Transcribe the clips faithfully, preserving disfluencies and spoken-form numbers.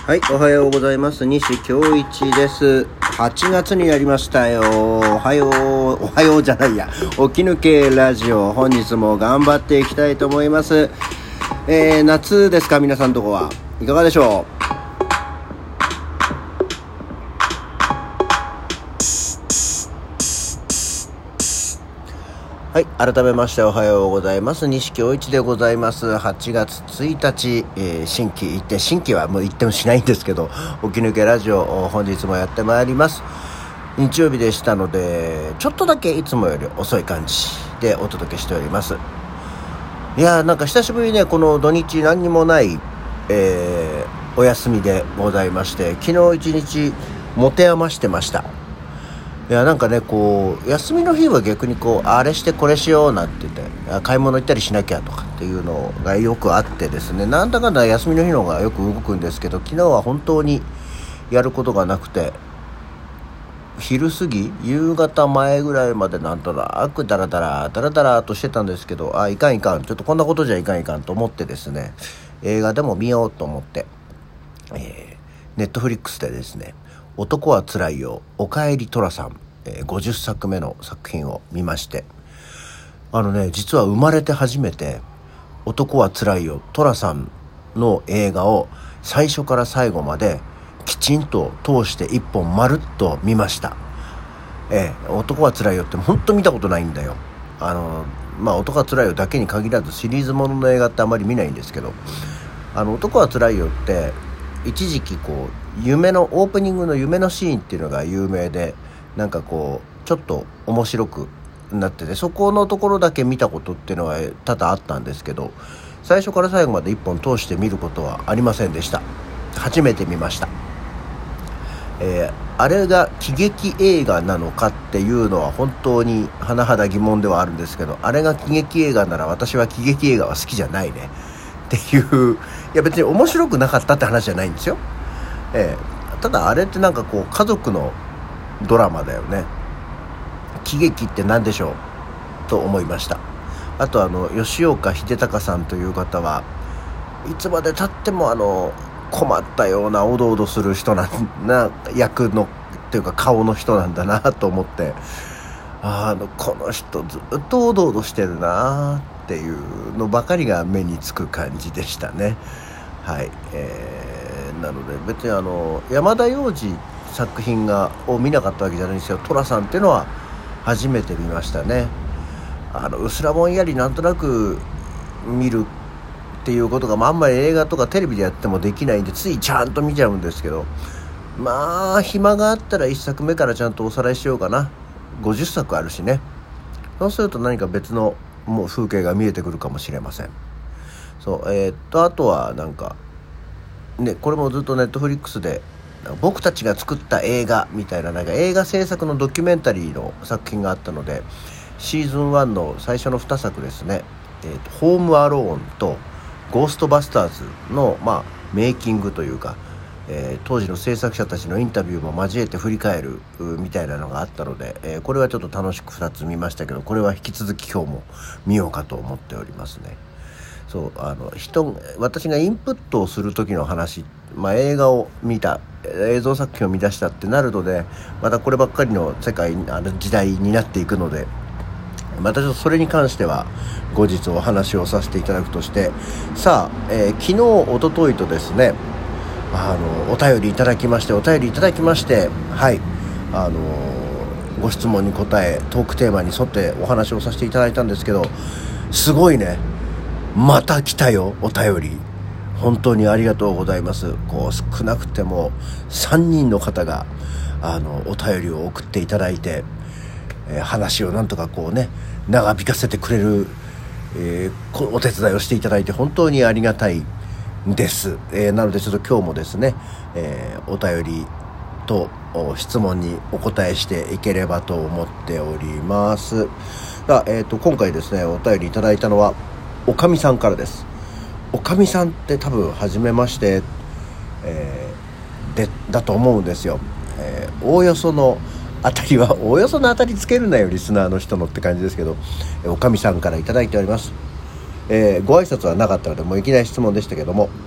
はい、おはようございます。西京一です。はちがつになりましたよ。おはよう、おはようじゃないや。起き抜けラジオ、本日も頑張っていきたいと思います。えー、夏ですか、皆さんのとこはいかがでしょう。はい、改めましておはようございます。西京一でございます。はちがつついたち、えー、新規行って、新規はもう行ってもしないんですけど、起き抜けラジオ本日もやってまいります。日曜日でしたので、ちょっとだけいつもより遅い感じでお届けしております。いやー、なんか久しぶりね、この土日何にもない、えー、お休みでございまして、昨日一日持て余してました。いやなんかね、こう休みの日は逆にこうあれしてこれしようなんて言って買い物行ったりしなきゃとかっていうのがよくあってですね、なんだかんだ休みの日の方がよく動くんですけど、昨日は本当にやることがなくて、昼過ぎ夕方前ぐらいまでなんとなくダラダラダラダラとしてたんですけど、あいかんいかん、ちょっとこんなことじゃいかんいかんと思ってですね、映画でも見ようと思って、えー、ネットフリックスでですね、男はつらいよおかえり寅さん、えー、ごじゅっさくめの作品を見まして、あのね実は生まれて初めて男はつらいよ寅さんの映画を最初から最後まできちんと通して一本まるっと見ました。えー、男はつらいよって本当見たことないんだよ。あのまあ男はつらいよだけに限らずシリーズものの映画ってあまり見ないんですけど、あの男はつらいよって一時期こう夢のオープニングの夢のシーンっていうのが有名で、なんかこうちょっと面白くなってて、そこのところだけ見たことっていうのは多々あったんですけど、最初から最後まで一本通して見ることはありませんでした。初めて見ました。えー、あれが喜劇映画なのかっていうのは本当に甚だ疑問ではあるんですけど、あれが喜劇映画なら私は喜劇映画は好きじゃないねっていう、いや別に面白くなかったって話じゃないんですよ。えー、ただあれってなんかこう家族のドラマだよね。喜劇って何でしょうと思いました。あとあの吉岡秀隆さんという方はいつまで経ってもあの困ったようなおどおどする人なな役のっていうか顔の人なんだなと思って、あのこの人ずっとおどおどしてるなっていうのばかりが目につく感じでしたね。はい、えー、なので別にあの山田洋次作品がを見なかったわけじゃないんですよ。寅さんっていうのは初めて見ましたね。あのうすらぼんやりなんとなく見るっていうことが、まあ、あんまり映画とかテレビでやってもできないんでついちゃんと見ちゃうんですけど、まあ暇があったらいっさくめからちゃんとおさらいしようかな。ごじゅっさくあるしね。そうすると何か別のもう風景が見えてくるかもしれません。そうえー、っとあとはなんかね、これもずっとネットフリックスで僕たちが作った映画みたいな、なんか映画制作のドキュメンタリーの作品があったので、シーズンワンの最初のにさくですね、えー、とホームアローンとゴーストバスターズの、まあ、メイキングというか、えー、当時の制作者たちのインタビューも交えて振り返るみたいなのがあったので、えー、これはちょっと楽しくふたつ見ましたけど、これは引き続き今日も見ようかと思っておりますね。そうあの人私がインプットをする時の話、まあ、映画を見た映像作品を見出したってなるので、またこればっかりの世界あの時代になっていくので、またちょっとそれに関しては後日お話をさせていただくとして、さあ、えー、昨日一昨日とですね、あのお便りいただきましてお便りいただきましてはいあのご質問に答えトークテーマに沿ってお話をさせていただいたんですけど、すごいね、また来たよお便り。本当にありがとうございます。こう少なくてもさんにんの方があのお便りを送っていただいて、えー、話をなんとかこうね長引かせてくれる、えー、お手伝いをしていただいて本当にありがたいです。えー、なのでちょっと今日もですね、えー、お便りと質問にお答えしていければと思っております。が、えーと、今回ですねお便りいただいたのはおかみさんからです。おかみさんって多分初めまして、えー、でだと思うんですよ。えー、おおよそのあたりはおおよそのあたりつけるなよリスナーの人のって感じですけど、おかみさんからいただいております。えー、ご挨拶はなかったのでもういきなり質問でしたけども、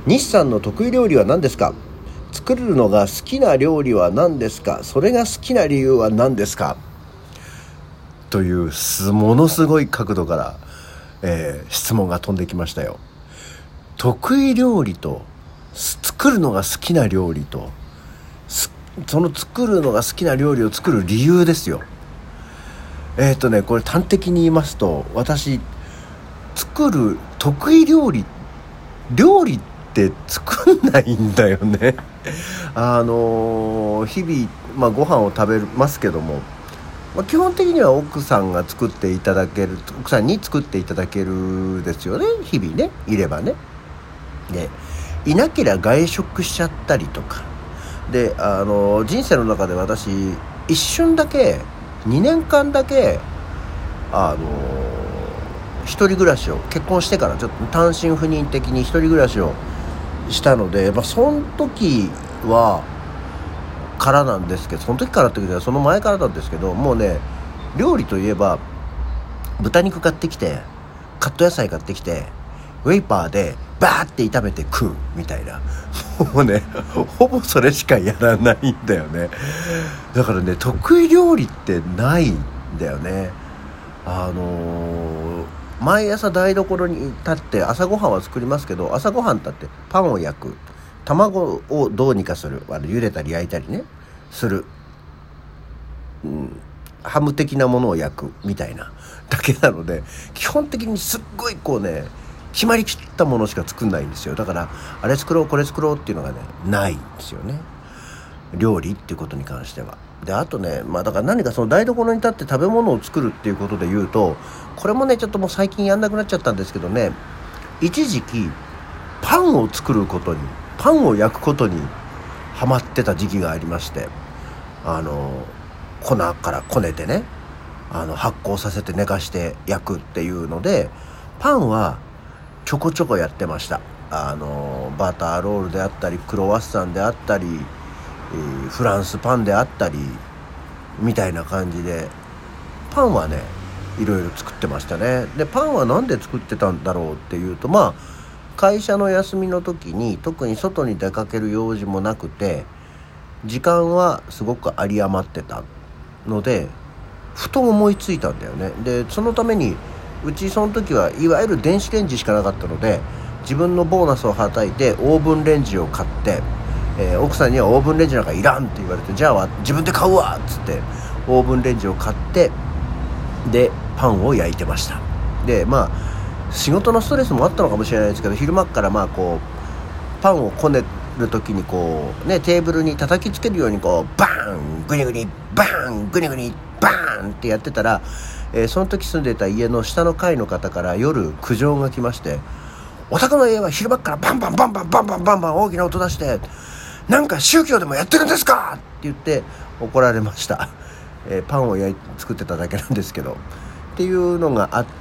西さんの得意料理は何ですか？作るのが好きな料理は何ですか？それが好きな理由は何ですか？というものすごい角度から、えー、質問が飛んできましたよ。得意料理と作るのが好きな料理とその作るのが好きな料理を作る理由ですよ。えっとねこれ端的に言いますと、私作る得意料理料理って作んないんだよねあのー、日々、まあ、ご飯を食べますけども、まあ、基本的には奥さんが作っていただける奥さんに作っていただけるですよね、日々ねいればね。でいなければ外食しちゃったりとかで、あのー、人生の中で私一瞬だけにねんかんだけあのー、一人暮らしを結婚してからちょっと単身赴任的に一人暮らしをしたので、まあ、その時はからなんですけどその時からっていうかその前からなんですけど、もうね料理といえば豚肉買ってきてカット野菜買ってきてウェイパーでバーって炒めて食うみたいな、もうねほぼそれしかやらないんだよね。だからね得意料理ってないんだよね。あのー、毎朝台所に立って朝ごはんは作りますけど、朝ごはんだってパンを焼く、卵をどうにかする、あの茹でたり焼いたりねする、うん、ハム的なものを焼くみたいなだけなので、基本的にすっごいこうね決まりきったものしか作んないんですよ。だからあれ作ろうこれ作ろうっていうのがねないんですよね、料理っていうことに関しては。であとね、まあだから何かその台所に立って食べ物を作るっていうことで言うと、これもねちょっともう最近やんなくなっちゃったんですけどね、一時期パンを作ることにパンを焼くことにハマってた時期がありまして、あの粉からこねてねあの発酵させて寝かして焼くっていうのでパンはちょこちょこやってました。あのバターロールであったりクロワッサンであったりフランスパンであったりみたいな感じでパンはねいろいろ作ってましたね。でパンはなんで作ってたんだろうっていうと、まあ会社の休みの時に特に外に出かける用事もなくて時間はすごく有り余ってたのでふと思いついたんだよね。でそのためにうちその時はいわゆる電子レンジしかなかったので、自分のボーナスをはたいてオーブンレンジを買って、えー、奥さんにはオーブンレンジなんかいらんって言われて、じゃあ自分で買うわっつってオーブンレンジを買ってでパンを焼いてました。でまあ仕事のストレスもあったのかもしれないですけど、昼間からまあこうパンをこねる時にこうねテーブルに叩きつけるようにこうバーングニグニバーングニグニバーンってやってたら、えー、その時住んでた家の下の階の方から夜苦情が来まして、お宅の家は昼間からバンバンバンバンバンバンバンバン大きな音出してなんか宗教でもやってるんですかって言って怒られました。えー、パンを焼い作ってただけなんですけどっていうのがあって、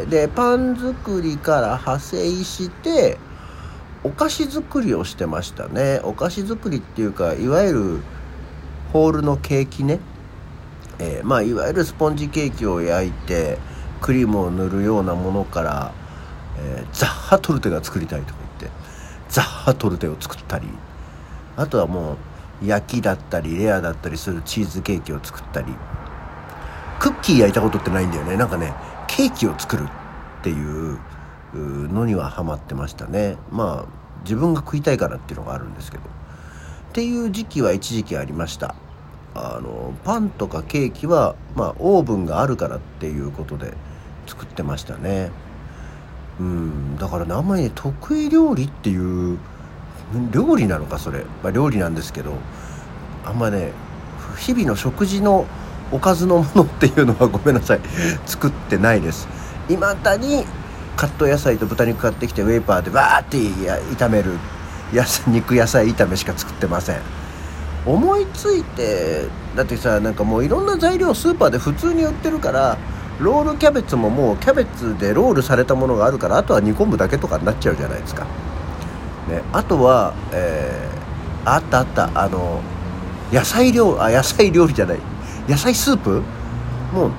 でパン作りから派生してお菓子作りをしてましたね。お菓子作りっていうかいわゆるホールのケーキね、えー、まあいわゆるスポンジケーキを焼いてクリームを塗るようなものから、えー、ザッハトルテが作りたいとか言ってザッハトルテを作ったり、あとはもう焼きだったりレアだったりするチーズケーキを作ったり、クッキー焼いたことってないんだよね。なんかねケーキを作るっていうのにはハマってましたね。まあ自分が食いたいからっていうのがあるんですけどっていう時期は一時期ありました。あのパンとかケーキはまあオーブンがあるからっていうことで作ってましたね。うんだからねあんまりね得意料理っていう料理なのかそれ、まあ、料理なんですけどあんまね日々の食事のおかずのものっていうのはごめんなさい作ってないです。未だにカット野菜と豚肉買ってきてウェイパーでバーって炒める野菜肉野菜炒めしか作ってません。思いついてだってさなんかもういろんな材料スーパーで普通に売ってるから、ロールキャベツももうキャベツでロールされたものがあるからあとは煮込むだけとかになっちゃうじゃないですか、ね、あとは、えー、あったあったあの野菜料あ野菜料理じゃない野菜スープも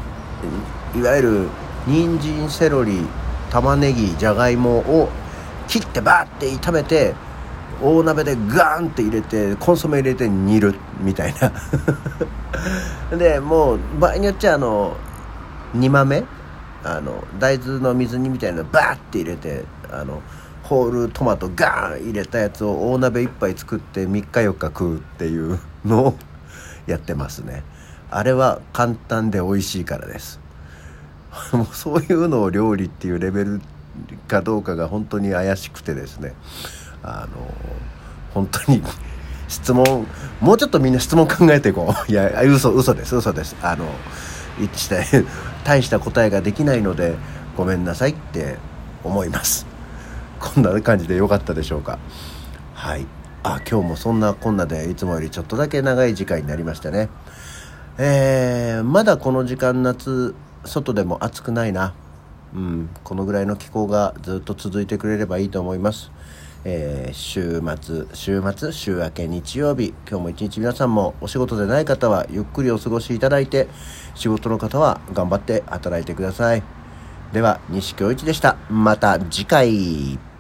ういわゆる人参セロリ玉ねぎじゃがいもを切ってバーって炒めて大鍋でガーンって入れてコンソメ入れて煮るみたいなでもう場合によっちゃあの煮豆あの大豆の水煮みたいなのバーって入れてあのホールトマトガーン入れたやつを大鍋一杯作ってみっかよっか食うっていうのをやってますね。あれは簡単で美味しいからですもうそういうのを料理っていうレベルかどうかが本当に怪しくてですね、あの本当に質問もうちょっとみんな質問考えていこう。いや嘘嘘です嘘です。あの一体大した答えができないのでごめんなさいって思います。こんな感じでよかったでしょうか。はい。あ、今日もそんなこんなでいつもよりちょっとだけ長い時間になりましたね。えー、まだこの時間夏外でも暑くないな。うん、このぐらいの気候がずっと続いてくれればいいと思います。えー、週末週末週明け日曜日、今日も一日皆さんもお仕事でない方はゆっくりお過ごしいただいて、仕事の方は頑張って働いてください。では西京一でした。また次回。